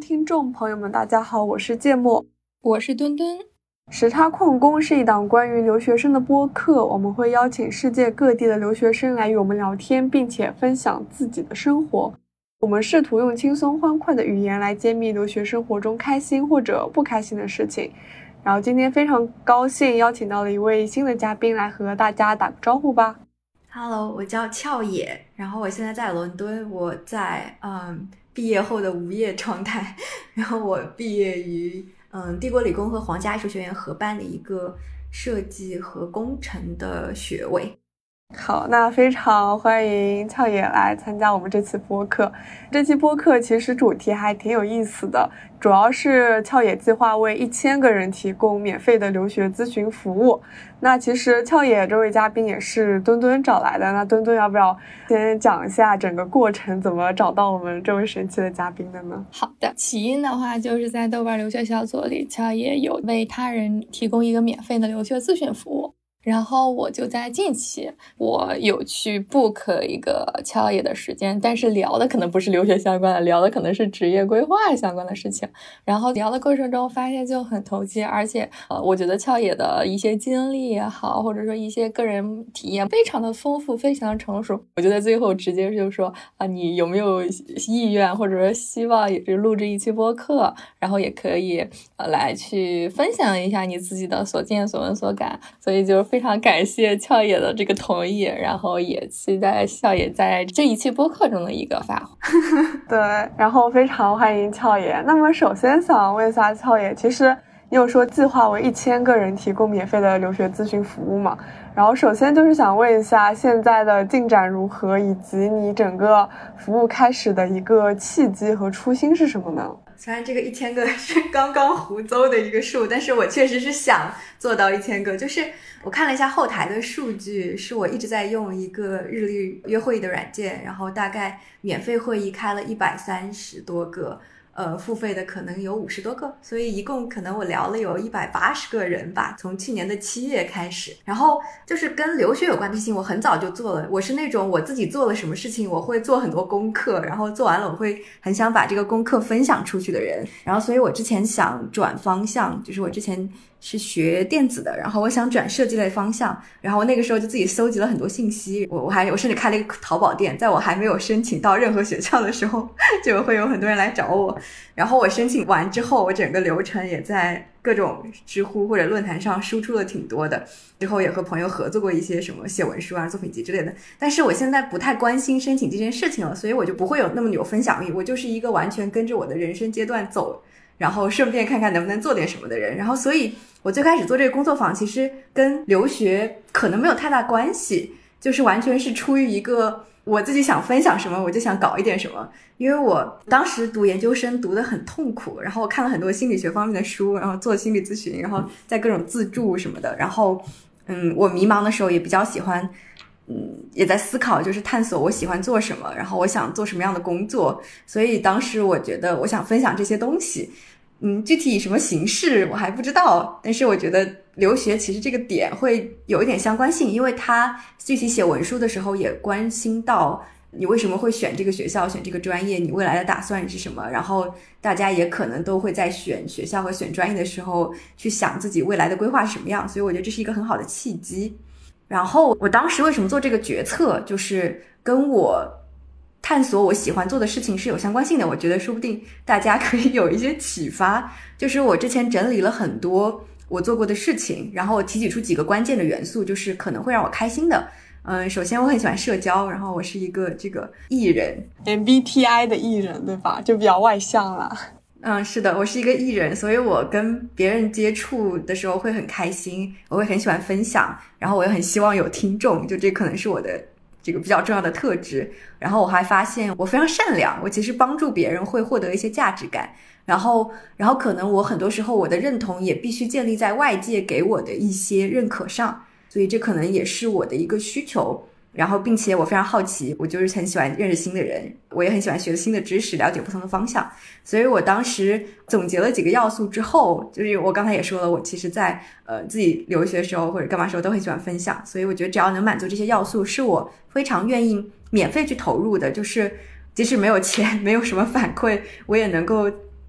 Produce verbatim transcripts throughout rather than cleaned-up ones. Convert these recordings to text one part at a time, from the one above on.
听众朋友们，大家好，我是芥末， 我是墩墩。 时差矿工是一档关于留学生的播客，我们会邀请世界各地的留学生来与我们聊天，并且分享自己的生活。我们试图用轻松欢快的语言来揭秘留学生活中开心或者不开心的事情。然后今天非常高兴邀请到了一位新的嘉宾来和大家打个招呼吧。 Hello， 我叫俏野，然后我现在在伦敦，我在嗯毕业后的无业状态，然后我毕业于嗯帝国理工和皇家艺术学院合办的一个设计和工程的学位。 好，那非常欢迎俏野来参加我们这期播客。这期播客其实主题还挺有意思的，主要是俏野计划为一千个人提供免费的留学咨询服务。那其实俏野这位嘉宾也是墩墩找来的，那墩墩要不要先讲一下整个过程，怎么找到我们这位神奇的嘉宾的呢？ 好的，起因的话就是在豆瓣留学小组里，俏野有为他人提供一个免费的留学咨询服务。然后我就在近期我有去 book 一个俏野的时间，但是聊的可能不是留学相关的，聊的可能是职业规划相关的事情。然后聊的过程中发现就很投机，而且呃，我觉得俏野的一些经历也好，或者说一些个人体验非常的丰富，非常的成熟。我就在最后直接就说啊，你有没有意愿或者说希望也是录制一期播客，然后也可以呃来去分享一下你自己的所见所闻所感。所以就非常感谢俏野的这个同意，然后也期待俏野在这一期播客中的一个发挥。 对，然后非常欢迎俏野。那么首先想问一下俏野，其实你有说计划为一千个人提供免费的留学咨询服务嘛？然后首先就是想问一下现在的进展如何，以及你整个服务开始的一个契机和初心是什么呢？ 虽然这个一千个是刚刚胡诌的一个数，但是我确实是想做到一千个。就是我看了一下后台的数据，是我一直在用一个日历约会议的软件，然后大概免费会议开了一百三十多个，呃，付费的可能有五十多个，所以一共可能我聊了有一百八十个人吧，从去年的七月开始。然后就是跟留学有关的事情我很早就做了，我是那种我自己做了什么事情我会做很多功课，然后做完了我会很想把这个功课分享出去的人。然后所以我之前想转方向，就是我之前是学电子的，然后我想转设计类方向，然后那个时候就自己搜集了很多信息，我我还我甚至开了一个淘宝店，在我还没有申请到任何学校的时候就会有很多人来找我。然后我申请完之后，我整个流程也在各种知乎或者论坛上输出了挺多的，之后也和朋友合作过一些什么写文书啊、作品集之类的。但是我现在不太关心申请这件事情了，所以我就不会有那么有分享欲，我就是一个完全跟着我的人生阶段走，然后顺便看看能不能做点什么的人。然后所以我最开始做这个工作坊其实跟留学可能没有太大关系，就是完全是出于一个我自己想分享什么我就想搞一点什么。因为我当时读研究生读得很痛苦，然后我看了很多心理学方面的书，然后做心理咨询，然后在各种自助什么的。然后嗯，我迷茫的时候也比较喜欢嗯，也在思考，就是探索我喜欢做什么，然后我想做什么样的工作。所以当时我觉得我想分享这些东西，嗯，具体以什么形式我还不知道，但是我觉得留学其实这个点会有一点相关性，因为他具体写文书的时候也关心到你为什么会选这个学校选这个专业，你未来的打算是什么，然后大家也可能都会在选学校和选专业的时候去想自己未来的规划是什么样，所以我觉得这是一个很好的契机。然后我当时为什么做这个决策，就是跟我探索我喜欢做的事情是有相关性的，我觉得说不定大家可以有一些启发。就是我之前整理了很多我做过的事情，然后我提取出几个关键的元素，就是可能会让我开心的。嗯，首先我很喜欢社交，然后我是一个这个艺人 M B T I 的艺人对吧，就比较外向啦。 嗯，是的，我是一个艺人，所以我跟别人接触的时候会很开心，我会很喜欢分享，然后我也很希望有听众，就这可能是我的这个比较重要的特质。然后我还发现我非常善良，我其实帮助别人会获得一些价值感，然后然后可能我很多时候我的认同也必须建立在外界给我的一些认可上，所以这可能也是我的一个需求。然后并且我非常好奇，我就是很喜欢认识新的人，我也很喜欢学新的知识，了解不同的方向。所以我当时总结了几个要素之后，就是我刚才也说了，我其实在呃自己留学的时候或者干嘛时候都很喜欢分享，所以我觉得只要能满足这些要素是我非常愿意免费去投入的，就是即使没有钱没有什么反馈，我也能够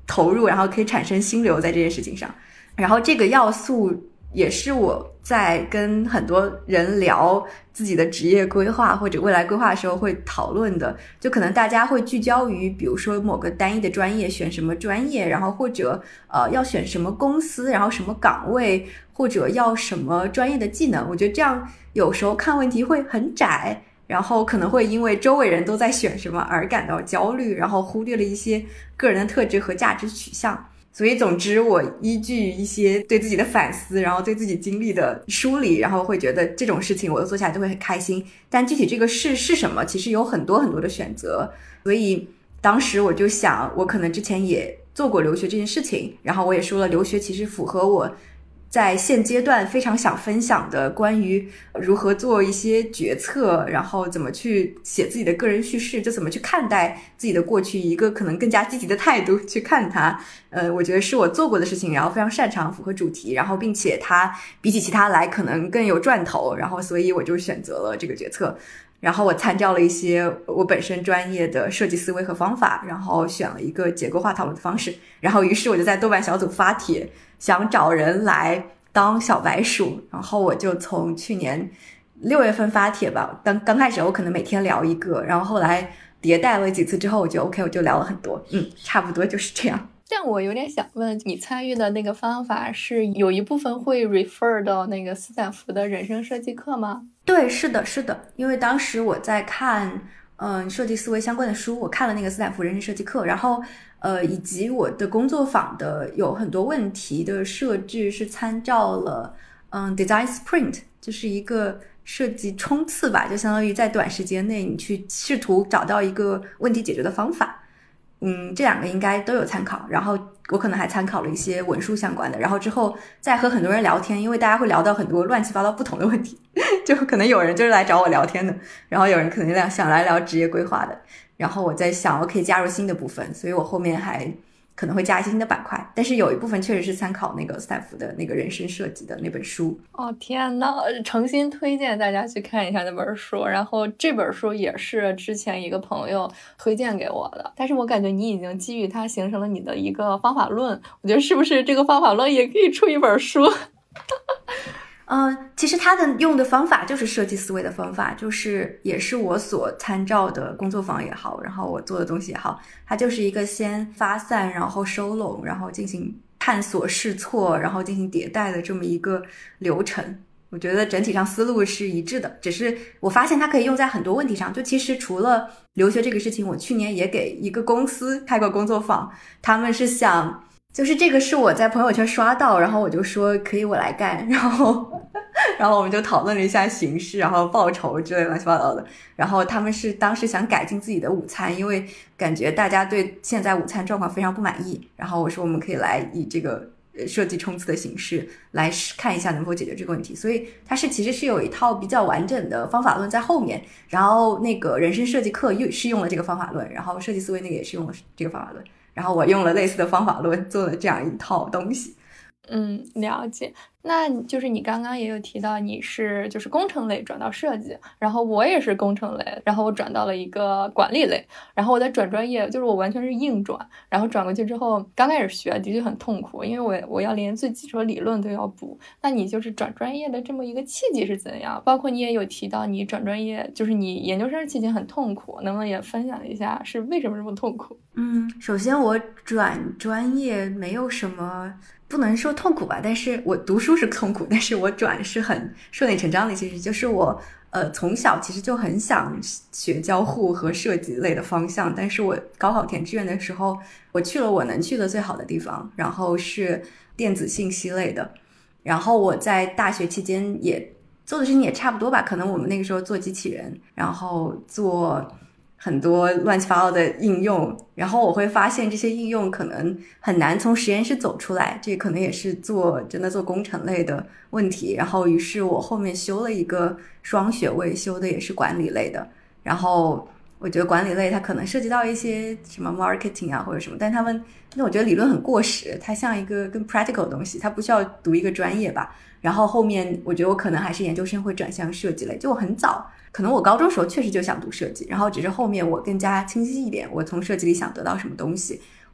投入，然后可以产生心流在这件事情上。然后这个要素也是我在跟很多人聊自己的职业规划或者未来规划的时候会讨论的，就可能大家会聚焦于比如说某个单一的专业，选什么专业，然后或者呃要选什么公司，然后什么岗位，或者要什么专业的技能。我觉得这样有时候看问题会很窄，然后可能会因为周围人都在选什么而感到焦虑，然后忽略了一些个人的特质和价值取向。所以总之我依据一些对自己的反思，然后对自己经历的梳理，然后会觉得这种事情我做下来都会很开心。但具体这个事是什么，其实有很多很多的选择。所以当时我就想，我可能之前也做过留学这件事情，然后我也说了留学其实符合我在现阶段非常想分享的关于如何做一些决策，然后怎么去写自己的个人叙事，就怎么去看待自己的过去，以一个可能更加积极的态度去看它。呃，我觉得是我做过的事情，然后非常擅长，符合主题，然后并且它比起其他来可能更有赚头，然后所以我就选择了这个决策。然后我参照了一些我本身专业的设计思维和方法，然后选了一个结构化讨论的方式，然后于是我就在豆瓣小组发帖，想找人来当小白鼠。然后我就从去年六月份发帖吧，刚刚开始我可能每天聊一个，然后后来迭代了几次之后，我就 OK， 我就聊了很多，嗯，差不多就是这样。 但我有点想问，你参与的那个方法是有一部分会 refer 到那个斯坦福的人生设计课吗？ 对，是的，是的，因为当时我在看嗯设计思维相关的书，我看了那个斯坦福人生设计课，然后呃以及我的工作坊的有很多问题的设置是参照了嗯 Design Sprint， 就是一个设计冲刺吧，就相当于在短时间内你去试图找到一个问题解决的方法。嗯，这两个应该都有参考，然后我可能还参考了一些文书相关的，然后之后再和很多人聊天，因为大家会聊到很多乱七八糟不同的问题，就可能有人就是来找我聊天的，然后有人可能想来聊职业规划的，然后我在想我可以加入新的部分，所以我后面还可能会加一些新的板块，但是有一部分确实是参考那个斯坦福的那个人生设计的那本书。 哦天呐，诚心推荐大家去看一下那本书，然后这本书也是之前一个朋友推荐给我的，但是我感觉你已经基于它形成了你的一个方法论，我觉得是不是这个方法论也可以出一本书？ 嗯，其实他的用的方法就是设计思维的方法，就是也是我所参照的工作坊也好，然后我做的东西也好，它就是一个先发散，然后收拢，然后进行探索试错，然后进行迭代的这么一个流程。我觉得整体上思路是一致的，只是我发现它可以用在很多问题上。就其实除了留学这个事情，我去年也给一个公司开过工作坊，他们是想就是这个是我在朋友圈刷到，然后我就说可以我来干，然后然后我们就讨论了一下形式，然后报酬之类乱七八糟的。然后他们是当时想改进自己的午餐，因为感觉大家对现在午餐状况非常不满意，然后我说我们可以来以这个设计冲刺的形式来看一下能否解决这个问题。所以它是其实是有一套比较完整的方法论在后面，然后那个人生设计课又是用了这个方法论，然后设计思维那个也是用了这个方法论，然后我用了类似的方法论做了这样一套东西。 嗯，了解。那就是你刚刚也有提到你是就是工程类转到设计，然后我也是工程类，然后我转到了一个管理类，然后我在转专业，就是我完全是硬转，然后转过去之后刚开始学的确很痛苦，因为我我要连最基础的理论都要补。那你就是转专业的这么一个契机是怎样？包括你也有提到你转专业就是你研究生期间很痛苦，能不能也分享一下是为什么这么痛苦？ 嗯，首先我转专业没有什么不能说痛苦吧，但是我读书是痛苦，但是我转是很顺理成章的。其实就是我呃从小其实就很想学交互和设计类的方向，但是我高考填志愿的时候，我去了我能去的最好的地方，然后是电子信息类的。然后我在大学期间也做的事情也差不多吧，可能我们那个时候做机器人，然后做很多乱七八糟的应用，然后我会发现这些应用可能很难从实验室走出来，这可能也是做真的做工程类的问题。然后于是我后面修了一个双学位，修的也是管理类的。然后我觉得管理类它可能涉及到一些什么 marketing 啊或者什么，但他们那我觉得理论很过时，它像一个更 practical 的东西，它不需要读一个专业吧。然后后面我觉得我可能还是研究生会转向设计类，就我很早可能我高中时候确实就想读设计，然后只是后面我更加清晰一点，我从设计里想得到什么东西，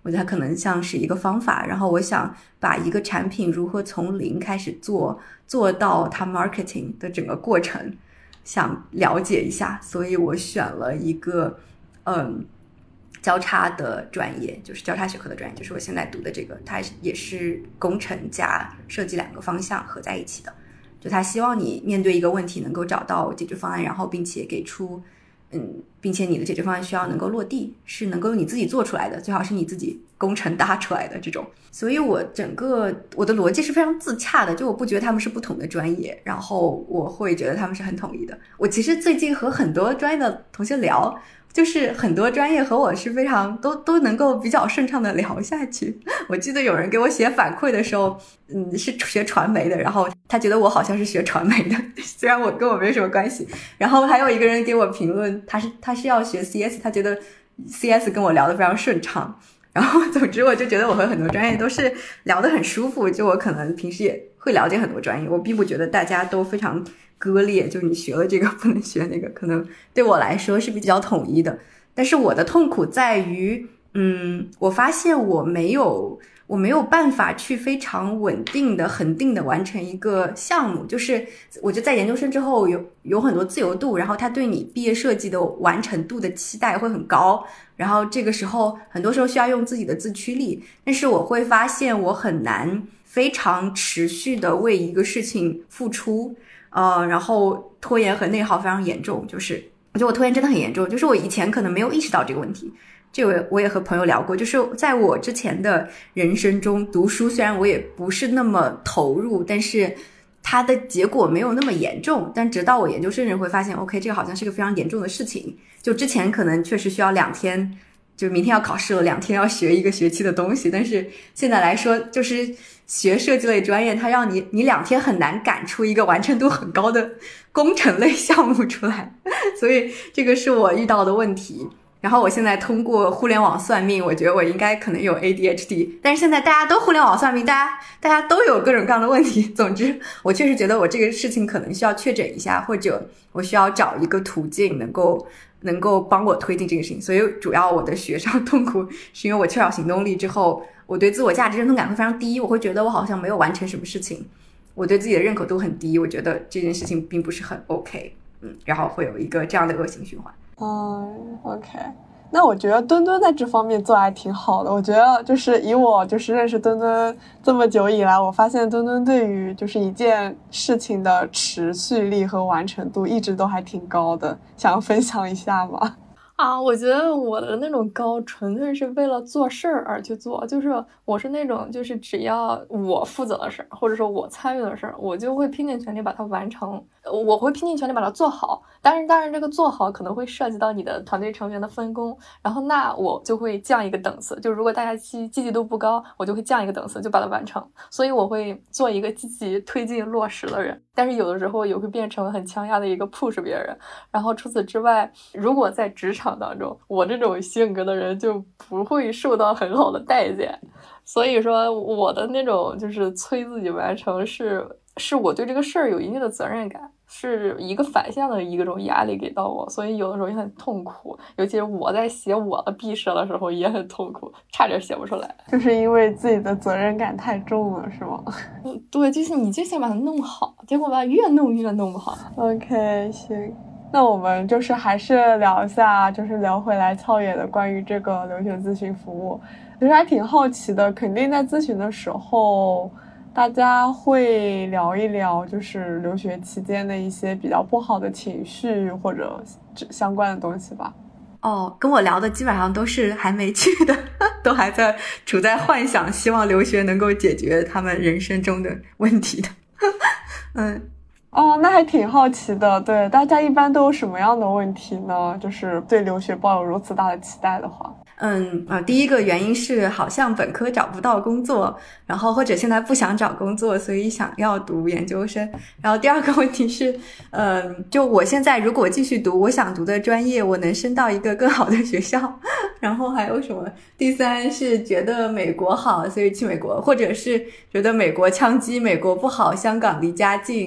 我觉得它可能像是一个方法，然后我想把一个产品如何从零开始做，做到它 marketing 的整个过程，想了解一下，所以我选了一个嗯交叉的专业，就是交叉学科的专业，就是我现在读的这个，它也是工程加设计两个方向合在一起的。就他希望你面对一个问题能够找到解决方案，然后并且给出嗯，并且你的解决方案需要能够落地，是能够你自己做出来的，最好是你自己工程搭出来的这种。所以我整个我的逻辑是非常自洽的，就我不觉得他们是不同的专业，然后我会觉得他们是很统一的。我其实最近和很多专业的同学聊，就是很多专业和我是非常都都能够比较顺畅的聊下去。我记得有人给我写反馈的时候，嗯，是学传媒的，然后他觉得我好像是学传媒的，虽然我跟我没有什么关系。然后还有一个人给我评论，他是他是要学 C S， 他觉得 C S 跟我聊得非常顺畅。然后总之我就觉得我和很多专业都是聊得很舒服，就我可能平时也会了解很多专业，我并不觉得大家都非常割裂，就你学了这个不能学那个，可能对我来说是比较统一的。但是我的痛苦在于嗯，我发现我没有我没有办法去非常稳定的恒定的完成一个项目，就是我觉得在研究生之后有有很多自由度，然后他对你毕业设计的完成度的期待会很高，然后这个时候很多时候需要用自己的自驱力，但是我会发现我很难非常持续的为一个事情付出，呃，然后拖延和内耗非常严重，就是我觉得我拖延真的很严重，就是我以前可能没有意识到这个问题。这个我也和朋友聊过，就是在我之前的人生中，读书虽然我也不是那么投入，但是它的结果没有那么严重。但直到我研究生人会发现 OK 这个好像是个非常严重的事情，就之前可能确实需要两天，就明天要考试了，两天要学一个学期的东西，但是现在来说就是学设计类专业，它让你你两天很难赶出一个完成度很高的工程类项目出来，所以这个是我遇到的问题。然后我现在通过互联网算命，我觉得我应该可能有 A D H D， 但是现在大家都互联网算命，大家大家都有各种各样的问题。总之我确实觉得我这个事情可能需要确诊一下，或者我需要找一个途径能够能够帮我推进这个事情。所以主要我的学上痛苦是因为我缺少行动力之后，我对自我价值认同感会非常低，我会觉得我好像没有完成什么事情，我对自己的认可度很低，我觉得这件事情并不是很 OK， 嗯，然后会有一个这样的恶性循环。 嗯 OK， 那我觉得墩墩在这方面做还挺好的。我觉得就是以我就是认识墩墩这么久以来，我发现墩墩对于就是一件事情的持续力和完成度一直都还挺高的，想要分享一下吗？ 啊，我觉得我的那种高纯粹是为了做事儿而去做，就是我是那种就是只要我负责的事儿，或者说我参与的事儿，我就会拼尽全力把它完成，我会拼尽全力把它做好。但是当然这个做好可能会涉及到你的团队成员的分工，然后那我就会降一个等次，就如果大家积积极度不高，我就会降一个等次就把它完成。所以我会做一个积极推进落实的人，但是有的时候也会变成很强压的一个 push 别人。然后除此之外，如果在职场当中，我这种性格的人就不会受到很好的待见，所以说我的那种就是催自己完成是是我对这个事儿有一定的责任感，是一个反向的一个种压力给到我，所以有的时候也很痛苦，尤其是我在写我的毕设的时候也很痛苦，差点写不出来， 就是因为自己的责任感太重了是吗？ 对，就是你就想把它弄好，结果吧越弄越弄不好。 OK 行，那我们就是还是聊一下，就是聊回来俏野的关于这个留学咨询服务。其实还挺好奇的，肯定在咨询的时候大家会聊一聊就是留学期间的一些比较不好的情绪或者相关的东西吧。 哦，跟我聊的基本上都是还没去的，都还在处在幻想希望留学能够解决他们人生中的问题的。嗯， 哦，那还挺好奇的。对，大家一般都有什么样的问题呢？就是对留学抱有如此大的期待的话。 嗯啊、呃，第一个原因是好像本科找不到工作，然后或者现在不想找工作，所以想要读研究生。然后第二个问题是，嗯、呃，就我现在如果继续读我想读的专业，我能升到一个更好的学校。然后还有什么？第三是觉得美国好，所以去美国，或者是觉得美国枪击，美国不好，香港离家近。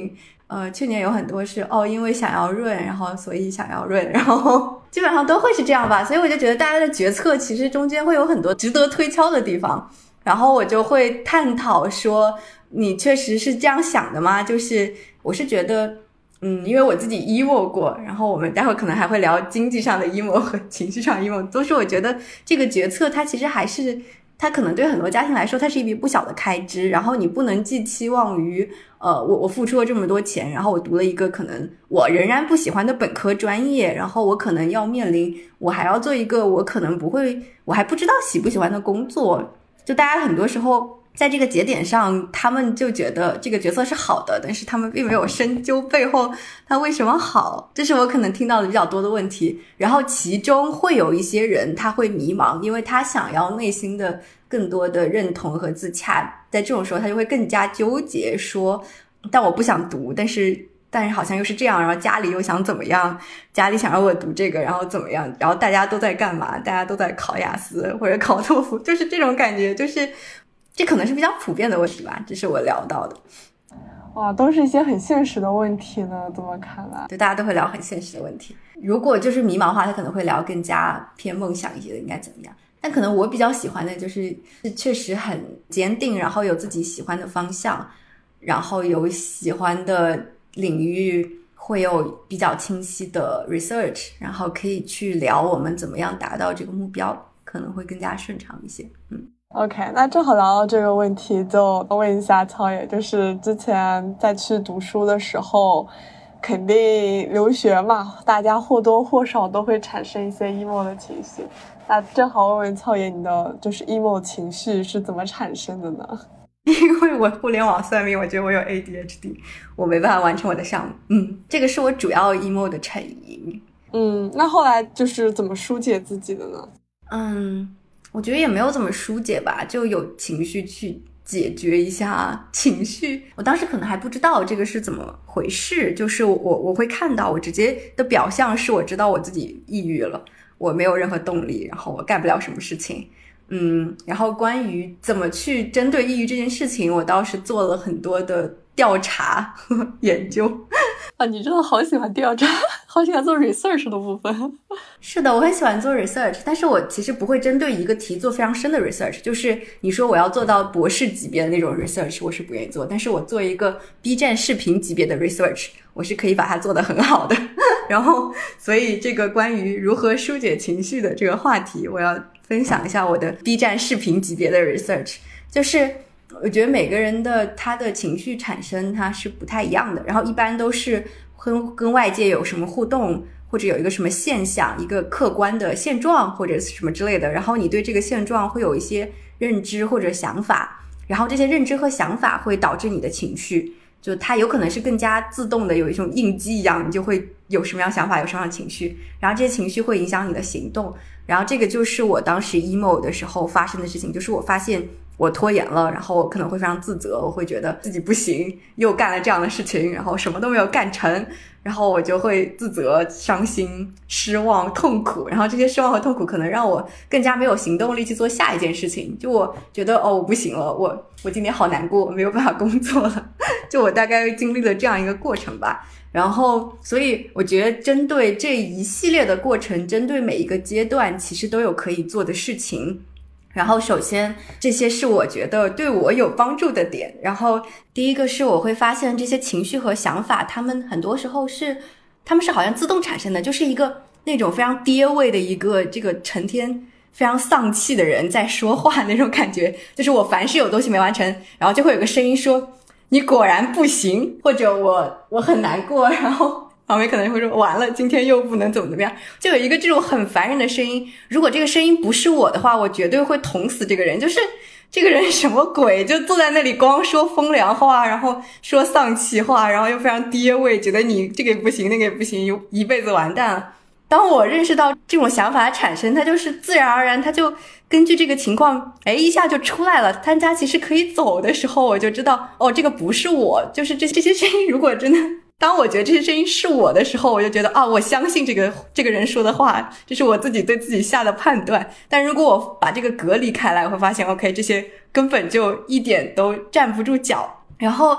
呃，去年有很多是哦，因为想要润，然后所以想要润，然后基本上都会是这样吧。所以我就觉得大家的决策其实中间会有很多值得推敲的地方，然后我就会探讨说，你确实是这样想的吗？就是我是觉得，嗯，因为我自己 emo 过，然后我们待会可能还会聊经济上的 emo 和情绪上的 emo， 都是我觉得这个决策它其实还是。它可能对很多家庭来说它是一笔不小的开支，然后你不能寄期望于呃我我付出了这么多钱，然后我读了一个可能我仍然不喜欢的本科专业，然后我可能要面临我还要做一个我可能不会我还不知道喜不喜欢的工作。就大家很多时候在这个节点上他们就觉得这个决策是好的，但是他们并没有深究背后它为什么好，这是我可能听到的比较多的问题。然后其中会有一些人他会迷茫，因为他想要内心的更多的认同和自洽，在这种时候他就会更加纠结，说但我不想读，但是但是好像又是这样，然后家里又想怎么样，家里想让我读这个，然后怎么样，然后大家都在干嘛，大家都在考雅思或者考托福，就是这种感觉，就是这可能是比较普遍的问题吧，这是我聊到的。 哇，都是一些很现实的问题呢，这么看来。 对，大家都会聊很现实的问题。如果就是迷茫的话，他可能会聊更加偏梦想一些的应该怎么样。但可能我比较喜欢的就是是确实很坚定，然后有自己喜欢的方向，然后有喜欢的领域，会有比较清晰的 research， 然后可以去聊我们怎么样达到这个目标，可能会更加顺畅一些。嗯。 OK， 那正好聊到这个问题，就问一下超野，就是之前在去读书的时候，肯定留学嘛，大家或多或少都会产生一些 emo 的情绪。那正好问问超野，你的就是 emo 情绪是怎么产生的呢？ 因为我互联网算命，我觉得我有 A D H D， 我没办法完成我的项目。嗯，这个是我主要 emo 的成因。 嗯，那后来就是怎么疏解自己的呢？ 嗯。我觉得也没有怎么疏解吧，就有情绪去解决一下情绪。我当时可能还不知道这个是怎么回事，就是我我会看到，我直接的表象是我知道我自己抑郁了，我没有任何动力，然后我干不了什么事情。嗯，然后关于怎么去针对抑郁这件事情，我倒是做了很多的调查和研究。 啊，你真的好喜欢调查，好喜欢做 research 的部分。 是的，我很喜欢做 research， 但是我其实不会针对一个题做非常深的 research， 就是你说我要做到博士级别的那种 research， 我是不愿意做，但是我做一个 B 站视频级别的 research， 我是可以把它做得很好的。然后，所以这个关于如何疏解情绪的这个话题，我要分享一下我的 B 站视频级别的 research， 就是我觉得每个人的他的情绪产生它是不太一样的，然后一般都是跟跟外界有什么互动，或者有一个什么现象，一个客观的现状或者什么之类的，然后你对这个现状会有一些认知或者想法，然后这些认知和想法会导致你的情绪，就它有可能是更加自动的有一种应激一样，你就会有什么样想法有什么样的情绪，然后这些情绪会影响你的行动。然后这个就是我当时 emo 的时候发生的事情，就是我发现我拖延了，然后我可能会非常自责，我会觉得自己不行，又干了这样的事情，然后什么都没有干成，然后我就会自责、伤心、失望、痛苦，然后这些失望和痛苦可能让我更加没有行动力去做下一件事情，就我觉得哦我不行了，我我今天好难过，我没有办法工作了，就我大概经历了这样一个过程吧。然后所以我觉得针对这一系列的过程，针对每一个阶段其实都有可以做的事情。然后首先这些是我觉得对我有帮助的点，然后第一个是我会发现这些情绪和想法他们很多时候是他们是好像自动产生的，就是一个那种非常爹味的一个这个成天非常丧气的人在说话那种感觉，就是我凡是有东西没完成，然后就会有个声音说你果然不行，或者我我很难过，然后旁边可能会说完了今天又不能怎么怎么样，就有一个这种很烦人的声音。如果这个声音不是我的话，我绝对会捅死这个人，就是这个人什么鬼，就坐在那里光说风凉话，然后说丧气话，然后又非常爹味，觉得你这个也不行那个也不行，一辈子完蛋了。当我认识到这种想法的产生，它就是自然而然，它就根据这个情况哎一下就出来了，它家其实可以走的时候，我就知道哦这个不是我，就是这这些声音如果真的当我觉得这些声音是我的时候，我就觉得啊我相信这个这个人说的话，这是我自己对自己下的判断。但如果我把这个隔离开来，我会发现 OK 这些根本就一点都站不住脚。然后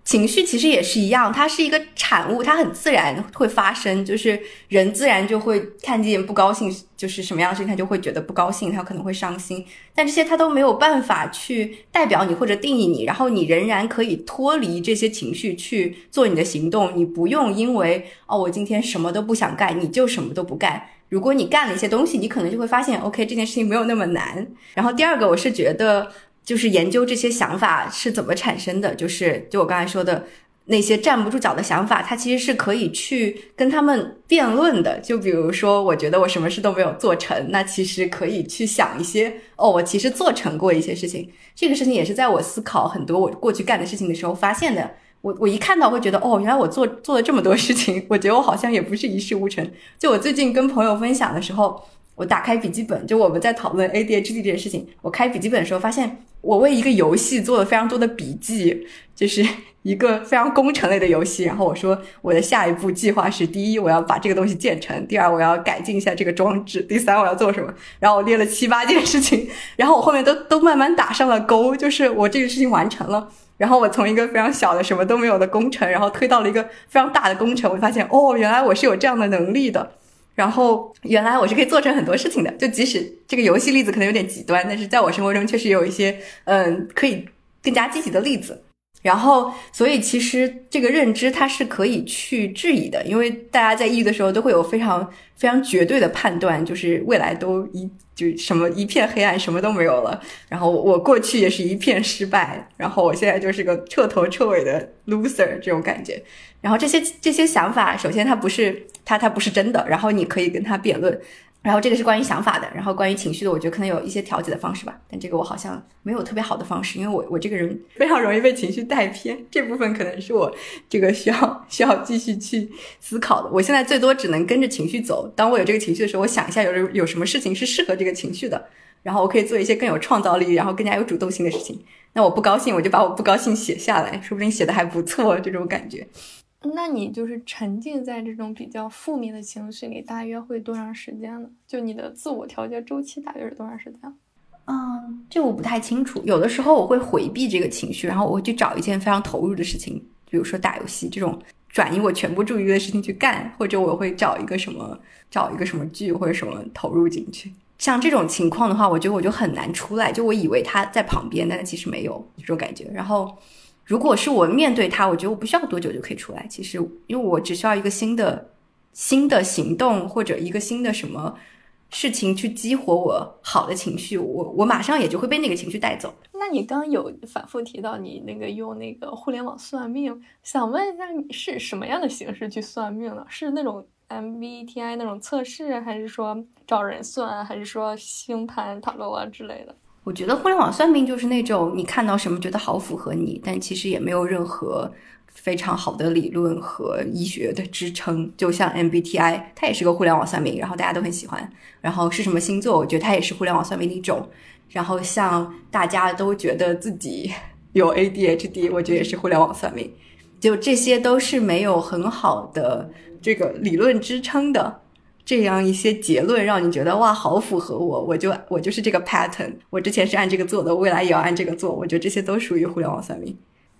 情绪其实也是一样，它是一个产物，它很自然会发生，就是人自然就会看见不高兴，就是什么样的事情他就会觉得不高兴，他可能会伤心，但这些他都没有办法去代表你或者定义你，然后你仍然可以脱离这些情绪去做你的行动，你不用因为哦我今天什么都不想干你就什么都不干，如果你干了一些东西，你可能就会发现 OK 这件事情没有那么难。然后第二个我是觉得就是研究这些想法是怎么产生的，就是就我刚才说的那些站不住脚的想法，它其实是可以去跟他们辩论的。就比如说我觉得我什么事都没有做成，那其实可以去想一些哦我其实做成过一些事情，这个事情也是在我思考很多我过去干的事情的时候发现的。我我一看到会觉得哦原来我做做了这么多事情，我觉得我好像也不是一事无成。就我最近跟朋友分享的时候，我打开笔记本，就我们在讨论 A D H D 这件事情，我开笔记本的时候发现我为一个游戏做了非常多的笔记，就是一个非常工程类的游戏，然后我说我的下一步计划是第一我要把这个东西建成，第二我要改进一下这个装置，第三我要做什么，然后我列了七八件事情，然后我后面都都慢慢打上了勾，就是我这个事情完成了，然后我从一个非常小的什么都没有的工程，然后推到了一个非常大的工程，我发现哦原来我是有这样的能力的，然后原来我是可以做成很多事情的。就即使这个游戏例子可能有点极端，但是在我生活中确实有一些嗯可以更加积极的例子。然后所以其实这个认知它是可以去质疑的，因为大家在抑郁的时候都会有非常非常绝对的判断，就是未来都一就什么一片黑暗，什么都没有了，然后我过去也是一片失败，然后我现在就是个彻头彻尾的 loser 这种感觉。然后这些这些想法首先它不是它它不是真的，然后你可以跟它辩论，然后这个是关于想法的，然后关于情绪的我觉得可能有一些调节的方式吧，但这个我好像没有特别好的方式，因为我我这个人非常容易被情绪带偏，这部分可能是我这个需要需要继续去思考的。我现在最多只能跟着情绪走，当我有这个情绪的时候，我想一下有有什么事情是适合这个情绪的，然后我可以做一些更有创造力然后更加有主动性的事情。那我不高兴我就把我不高兴写下来，说不定写的还不错，这种感觉。 那你就是沉浸在这种比较负面的情绪里大约会多长时间呢？就你的自我调节周期大约是多长时间？ 嗯，这我不太清楚，有的时候我会回避这个情绪，然后我会去找一件非常投入的事情，比如说打游戏这种转移我全部注意力的事情去干，或者我会找一个什么找一个什么剧或者什么投入进去。像这种情况的话，我觉得我就很难出来，就我以为他在旁边，但是其实没有这种感觉。然后如果是我面对他，我觉得我不需要多久就可以出来，其实因为我只需要一个新的新的行动或者一个新的什么事情去激活我好的情绪，我我马上也就会被那个情绪带走。 那你刚有反复提到你那个用那个互联网算命，想问一下你是什么样的形式去算命呢？是那种 M B T I 那种测试，还是说找人算，还是说星盘塔罗啊之类的？ 我觉得互联网算命就是那种你看到什么觉得好符合你，但其实也没有任何非常好的理论和医学的支撑，就像 M B T I 它也是个互联网算命，然后大家都很喜欢。然后是什么星座，我觉得它也是互联网算命的一种。然后像大家都觉得自己有 A D H D， 我觉得也是互联网算命。就这些都是没有很好的这个理论支撑的，这样一些结论让你觉得哇好符合我，我就我就是这个 pattern， 我之前是按这个做的，未来也要按这个做，我觉得这些都属于互联网算命。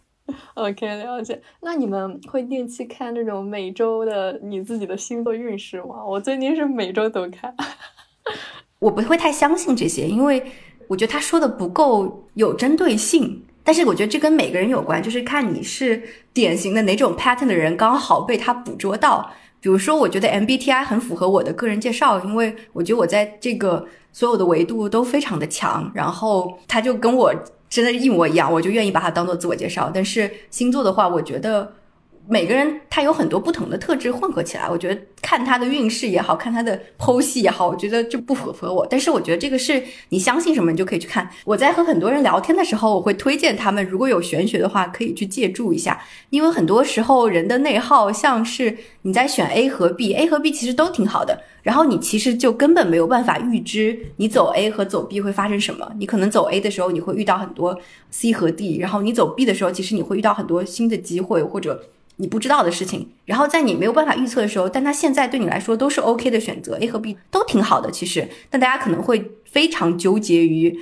OK， 了解。那你们会定期看这种每周的你自己的星座运势吗？我最近是每周都看。 我不会太相信这些，因为我觉得他说的不够有针对性，但是我觉得这跟每个人有关，就是看你是典型的哪种 pattern 的人刚好被他捕捉到。比如说我觉得 M B T I 很符合我的个人介绍，因为我觉得我在这个所有的维度都非常的强，然后他就跟我真的一模一样，我就愿意把它当做自我介绍。但是星座的话，我觉得每个人他有很多不同的特质混合起来，我觉得看他的运势也好，看他的剖析也好，我觉得这不符合我。但是我觉得这个是你相信什么你就可以去看。我在和很多人聊天的时候，我会推荐他们如果有玄学的话可以去借助一下，因为很多时候人的内耗像是你在选 A 和 B， A 和 B 其实都挺好的，然后你其实就根本没有办法预知你走 A 和走 B 会发生什么。你可能走 A 的时候你会遇到很多 C 和 D， 然后你走 B 的时候其实你会遇到很多新的机会或者你不知道的事情，然后在你没有办法预测的时候，但它现在对你来说都是 OK 的选择， A 和 B 都挺好的其实，但大家可能会非常纠结于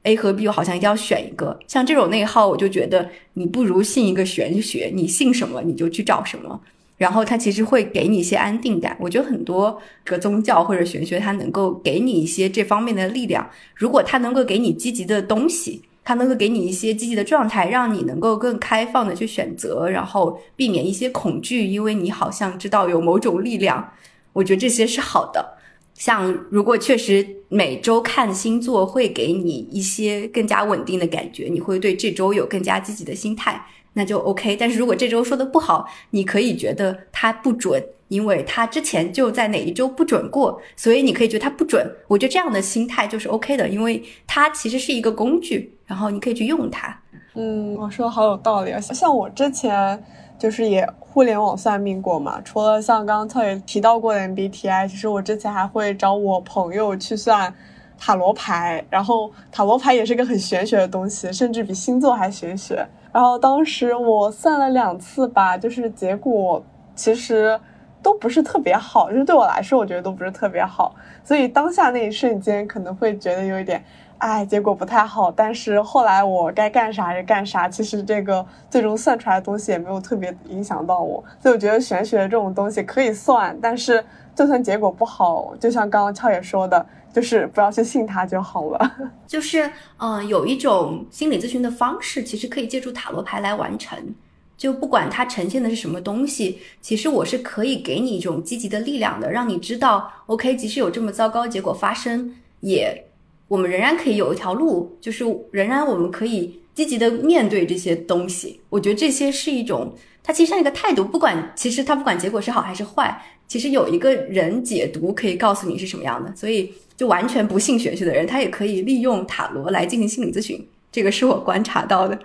A 和 B 我好像一定要选一个，像这种内耗我就觉得你不如信一个玄学，你信什么你就去找什么，然后它其实会给你一些安定感。我觉得很多个宗教或者玄学它能够给你一些这方面的力量，如果它能够给你积极的东西，它能够给你一些积极的状态，让你能够更开放的去选择，然后避免一些恐惧，因为你好像知道有某种力量，我觉得这些是好的。像如果确实每周看星座会给你一些更加稳定的感觉，你会对这周有更加积极的心态，那就 OK。 但是如果这周说的不好，你可以觉得它不准，因为它之前就在哪一周不准过，所以你可以觉得它不准。我觉得这样的心态就是 OK 的，因为它其实是一个工具，然后你可以去用它。 嗯，我说的好有道理啊！像我之前就是也互联网算命过嘛，除了像刚刚特也提到过的 M B T I， 其实我之前还会找我朋友去算塔罗牌，然后塔罗牌也是个很玄学的东西，甚至比星座还玄学。然后当时我算了两次吧，就是结果其实都不是特别好，就是对我来说我觉得都不是特别好，所以当下那一瞬间可能会觉得有一点哎，结果不太好，但是后来我该干啥还是干啥，其实这个最终算出来的东西也没有特别影响到我，所以我觉得玄学这种东西可以算，但是就算结果不好，就像刚刚俏也说的，就是不要去信它就好了。 就是嗯、呃，有一种心理咨询的方式其实可以借助塔罗牌来完成，就不管它呈现的是什么东西，其实我是可以给你一种积极的力量的，让你知道 OK， 即使有这么糟糕结果发生，也我们仍然可以有一条路，就是仍然我们可以积极的面对这些东西。我觉得这些是一种，它其实像一个态度，不管其实它不管结果是好还是坏，其实有一个人解读可以告诉你是什么样的。所以就完全不信玄学的人，他也可以利用塔罗来进行心理咨询，这个是我观察到的。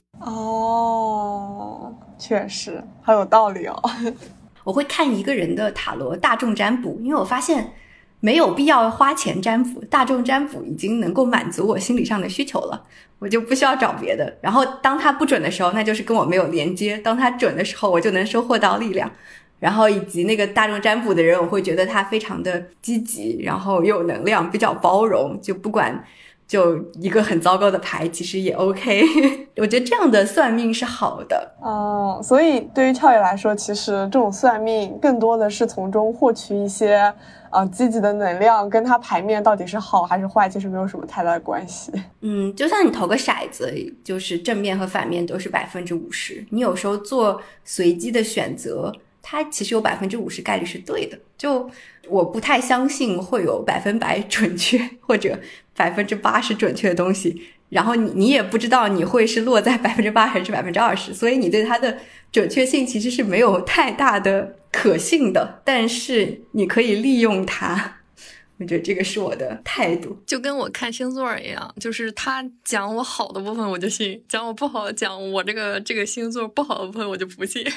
哦，确实好有道理哦。 我会看一个人的塔罗大众占卜，因为我发现没有必要花钱占卜，大众占卜已经能够满足我心理上的需求了，我就不需要找别的。然后当它不准的时候，那就是跟我没有连接，当它准的时候，我就能收获到力量。然后以及那个大众占卜的人，我会觉得他非常的积极，然后又有能量，比较包容，就不管就一个很糟糕的牌其实也 OK 我觉得这样的算命是好的。 嗯，所以对于俏野来说，其实这种算命更多的是从中获取一些呃积极的能量，跟它牌面到底是好还是坏其实没有什么太大的关系。 嗯，就像你投个骰子，就是正面和反面都是百分之五十，你有时候做随机的选择，它其实有百分之五十概率是对的。就我不太相信会有百分百准确或者百分之八十准确的东西，然后你你也不知道你会是落在百分之八还是百分之二十，所以你对它的准确性其实是没有太大的可信的，但是你可以利用它。我觉得这个是我的态度， 就跟我看星座一样，就是他讲我好的部分我就信，讲我不好，讲我这个这个星座不好的部分我就不信。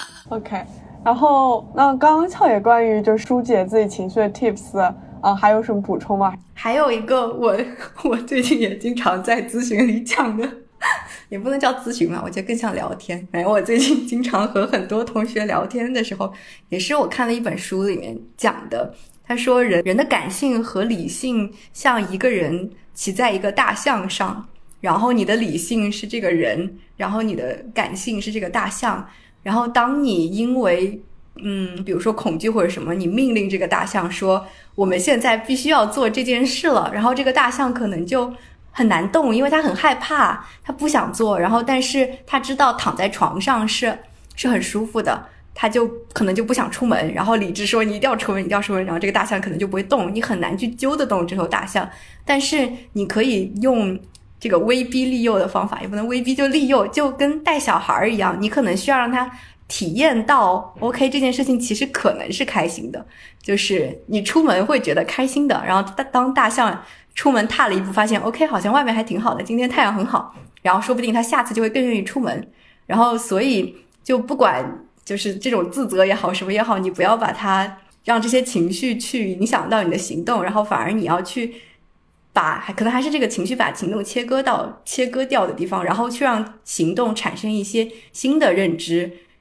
OK， 然后那刚刚俏野关于就疏解自己情绪的 tips 啊、呃，还有什么补充吗？ 还有一个我我最近也经常在咨询里讲的，也不能叫咨询嘛，我觉得更像聊天。反正我最近经常和很多同学聊天的时候，也是我看了一本书里面讲的。他说人人的感性和理性像一个人骑在一个大象上，然后你的理性是这个人，然后你的感性是这个大象，然后当你因为嗯，比如说恐惧或者什么，你命令这个大象说我们现在必须要做这件事了，然后这个大象可能就很难动，因为他很害怕，他不想做，然后但是他知道躺在床上是是很舒服的，他就可能就不想出门，然后理智说你一定要出门，一定要出门，然后这个大象可能就不会动，你很难去揪得动这头大象。但是你可以用这个威逼利诱的方法，也不能威逼就利诱，就跟带小孩一样，你可能需要让他体验到 OK 这件事情其实可能是开心的，就是你出门会觉得开心的，然后当大象出门踏了一步发现 OK 好像外面还挺好的，今天太阳很好，然后说不定他下次就会更愿意出门。然后所以就不管就是这种自责也好什么也好，你不要把它让这些情绪去影响到你的行动，然后反而你要去把可能还是这个情绪把行动切割到切割掉的地方，然后去让行动产生一些新的认知，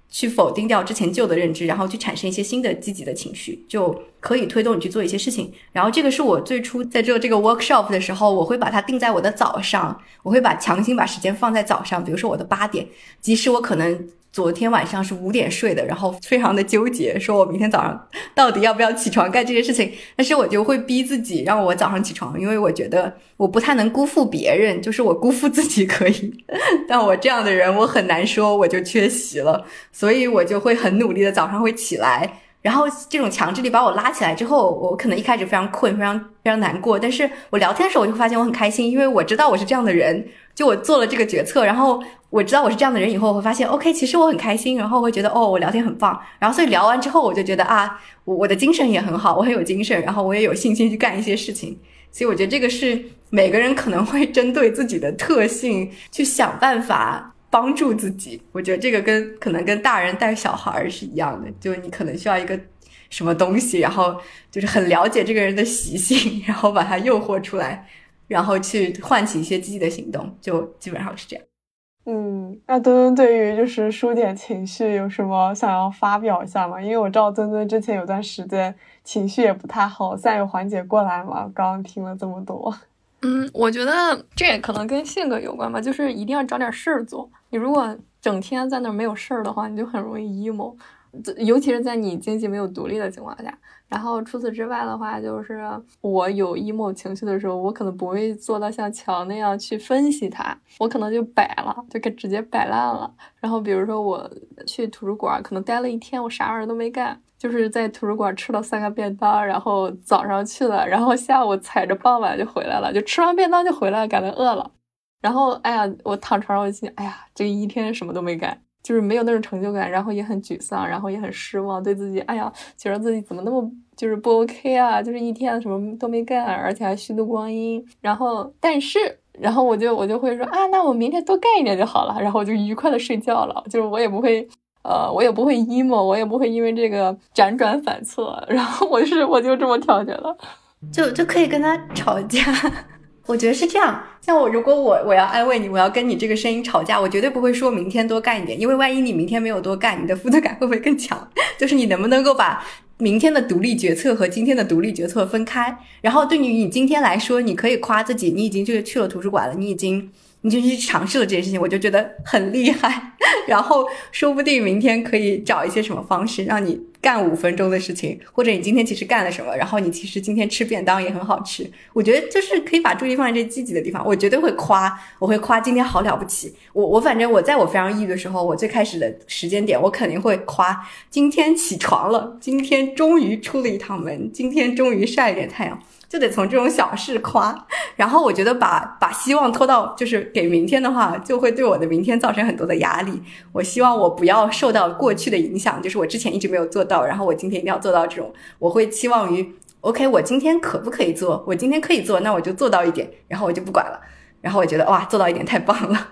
去否定掉之前旧的认知，然后去产生一些新的积极的情绪，就可以推动你去做一些事情。然后这个是我最初在做这个 workshop 的时候，我会把它定在我的早上，我会把强行把时间放在早上，比如说我的八点，即使我可能昨天晚上是五点睡的，然后非常的纠结，说我明天早上到底要不要起床干这些事情，但是我就会逼自己让我早上起床，因为我觉得我不太能辜负别人，就是我辜负自己可以，但我这样的人我很难说我就缺席了，所以我就会很努力的早上会起来，然后这种强制力把我拉起来之后，我可能一开始非常困，非常非常难过，但是我聊天的时候我就会发现我很开心，因为我知道我是这样的人，就我做了这个决策，然后我知道我是这样的人以后，我会发现 OK 其实我很开心，然后我会觉得哦我聊天很棒，然后所以聊完之后我就觉得啊我我的精神也很好，我很有精神，然后我也有信心去干一些事情。所以我觉得这个是每个人可能会针对自己的特性去想办法帮助自己，我觉得这个跟可能跟大人带小孩是一样的，就你可能需要一个什么东西，然后就是很了解这个人的习性，然后把它诱惑出来，然后去唤起一些积极的行动，就基本上是这样。 嗯，那墩墩对于就是抒点情绪有什么想要发表一下吗？因为我知道墩墩之前有段时间情绪也不太好，现在有缓解过来吗？刚刚听了这么多。 嗯，我觉得这也可能跟性格有关吧，就是一定要找点事儿做。你如果整天在那儿没有事儿的话，你就很容易 emo， 尤其是在你经济没有独立的情况下。然后除此之外的话，就是我有 emo 情绪的时候，我可能不会做到像乔那样去分析它，我可能就摆了，就直接摆烂了。然后比如说我去图书馆，可能待了一天，我啥玩意儿都没干，就是在图书馆吃了三个便当，然后早上去了，然后下午踩着傍晚就回来了，就吃完便当就回来了，感觉饿了。然后哎呀，我躺床上我就心，哎呀，这一天什么都没干，就是没有那种成就感，然后也很沮丧，然后也很失望，对自己，哎呀，觉得自己怎么那么就是不 OK 啊，就是一天什么都没干，而且还虚度光阴。然后但是然后我就我就会说啊，那我明天多干一点就好了，然后我就愉快的睡觉了，就是我也不会呃，我也不会 emo， 我也不会因为这个辗转反侧，然后我是我就这么调节了， 就就可以跟他吵架。我觉得是这样，像我如果我我要安慰你，我要跟你这个声音吵架，我绝对不会说明天多干一点，因为万一你明天没有多干，你的负罪感会不会更强？就是你能不能够把明天的独立决策和今天的独立决策分开，然后对于你今天来说，你可以夸自己，你已经就是去了图书馆了，你已经你就去尝试了这件事情，我就觉得很厉害。然后说不定明天可以找一些什么方式让你干五分钟的事情，或者你今天其实干了什么，然后你其实今天吃便当也很好吃。我觉得就是可以把注意力放在这积极的地方，我绝对会夸，我会夸今天好了不起。我我反正我在我非常抑郁的时候，我最开始的时间点，我肯定会夸今天起床了，今天终于出了一趟门，今天终于晒一点太阳。就得从这种小事夸，然后我觉得把把希望拖到就是给明天的话，就会对我的明天造成很多的压力。我希望我不要受到过去的影响，就是我之前一直没有做到，然后我今天一定要做到这种。我会期望于 OK 我今天可不可以做，我今天可以做，那我就做到一点，然后我就不管了，然后我觉得哇做到一点太棒了。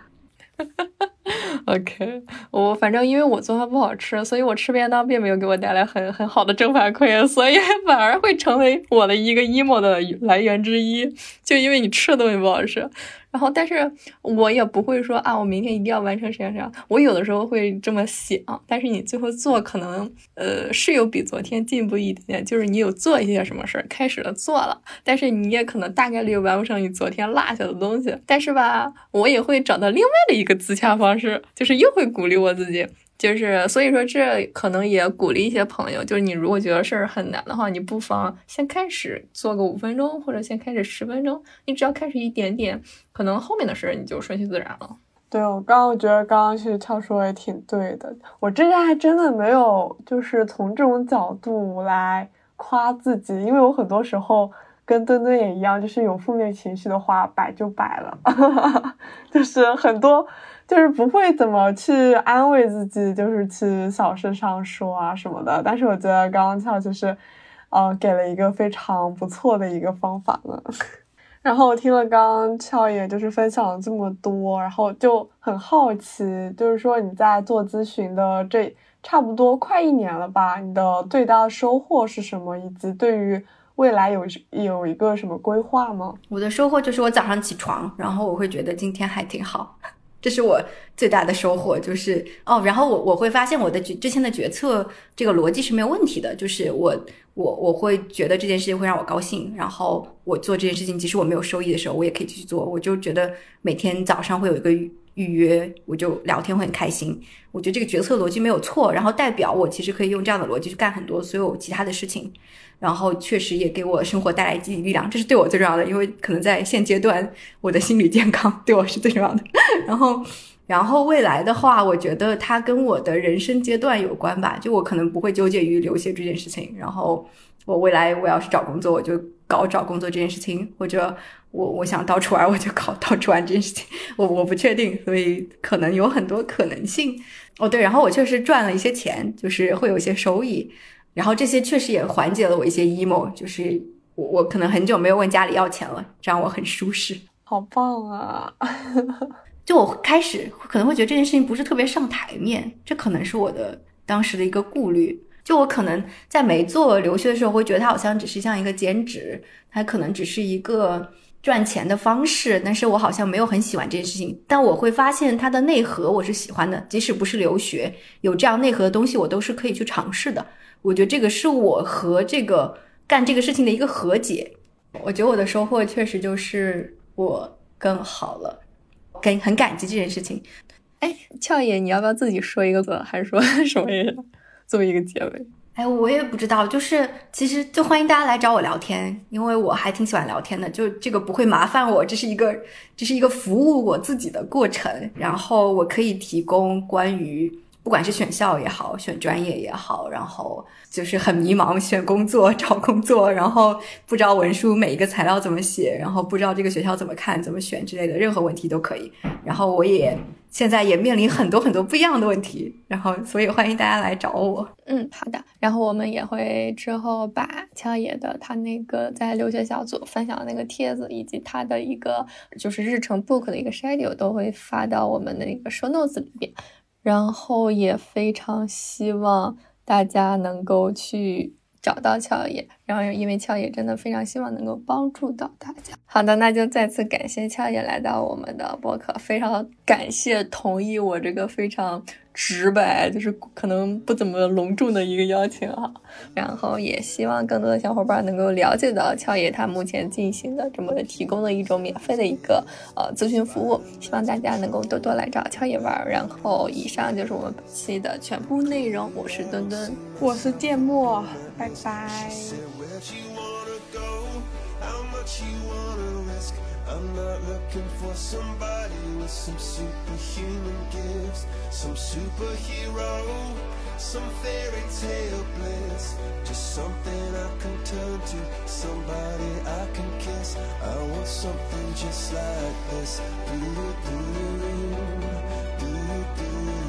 OK， 我反正因为我做饭不好吃，所以我吃便当并没有给我带来很很好的正反馈，所以反而会成为我的一个 emo 的来源之一，就因为你吃的东西不好吃。然后但是我也不会说啊我明天一定要完成谁谁谁，我有的时候会这么想，但是你最后做可能呃是有比昨天进步一点，就是你有做一些什么事儿，开始了做了，但是你也可能大概率完不成你昨天落下的东西，但是吧我也会找到另外的一个自洽方式，就是又会鼓励我自己，就是所以说这可能也鼓励一些朋友，就是你如果觉得事儿很难的话，你不妨先开始做个五分钟，或者先开始十分钟，你只要开始一点点，可能后面的事儿你就顺其自然了。 对，我刚刚我觉得刚刚是俏说也挺对的，我之前还真的没有就是从这种角度来夸自己，因为我很多时候跟墩墩也一样，就是有负面情绪的话摆就摆了就是很多就是不会怎么去安慰自己，就是去小事上说啊什么的，但是我觉得刚刚俏就是呃给了一个非常不错的一个方法呢然后我听了刚刚俏也就是分享了这么多，然后就很好奇，就是说你在做咨询的这差不多快一年了吧，你的最大的收获是什么，以及对于未来有有一个什么规划吗？ 我的收获就是我早上起床，然后我会觉得今天还挺好， 这是我最大的收获，就是哦，然后我我会发现我的之前的决策这个逻辑是没有问题的，就是我我我会觉得这件事情会让我高兴，然后我做这件事情即使我没有收益的时候我也可以继续做，我就觉得每天早上会有一个预约，我就聊天会很开心，我觉得这个决策逻辑没有错，然后代表我其实可以用这样的逻辑去干很多所有其他的事情，然后确实也给我生活带来积极力量，这是对我最重要的，因为可能在现阶段我的心理健康对我是最重要的。然后然后未来的话，我觉得它跟我的人生阶段有关吧，就我可能不会纠结于留学这件事情，然后我未来我要是找工作我就搞找工作这件事情，或者我我想到处玩我就搞到处玩这件事情，我我不确定，所以可能有很多可能性。哦对，然后我确实赚了一些钱，就是会有一些收益，然后这些确实也缓解了我一些 emo， 就是我我可能很久没有问家里要钱了，这样我很舒适。 好棒啊就我开始可能会觉得这件事情不是特别上台面，这可能是我的当时的一个顾虑，就我可能在没做留学的时候会觉得它好像只是像一个兼职，它可能只是一个赚钱的方式，但是我好像没有很喜欢这件事情，但我会发现它的内核我是喜欢的，即使不是留学，有这样内核的东西我都是可以去尝试的，我觉得这个是我和这个干这个事情的一个和解。我觉得我的收获确实就是我更好了，跟很感激这件事情。 哎，俏爷你要不要自己说一个字，还是说什么也作为一个结尾？ 哎，我也不知道，就是其实就欢迎大家来找我聊天，因为我还挺喜欢聊天的，就这个不会麻烦我，这是一个这是一个服务我自己的过程，然后我可以提供关于不管是选校也好，选专业也好，然后就是很迷茫选工作找工作，然后不知道文书每一个材料怎么写，然后不知道这个学校怎么看怎么选之类的任何问题都可以，然后我也现在也面临很多很多不一样的问题，然后所以欢迎大家来找我。 嗯，好的。然后我们也会之后把俏爷的他那个在留学小组分享的那个帖子，以及他的一个就是日程 book 的一个 schedule 都会发到我们的那个 show notes 里边。然后也非常希望大家能够去找到俏爷，然后因为俏爷真的非常希望能够帮助到大家。好的，那就再次感谢俏爷来到我们的播客，非常感谢同意我这个非常直白就是可能不怎么隆重的一个邀请哈。然后也希望更多的小伙伴能够了解到俏爷他目前进行的这么提供的一种免费的一个呃咨询服务，希望大家能够多多来找俏爷玩。然后以上就是我们本期的全部内容，我是墩墩， 我是芥末，拜拜。 I'm not looking for somebody with some superhuman gifts, some superhero, some fairy tale bliss, just something I can turn to, somebody I can kiss. I want something just like this. Do do do do do.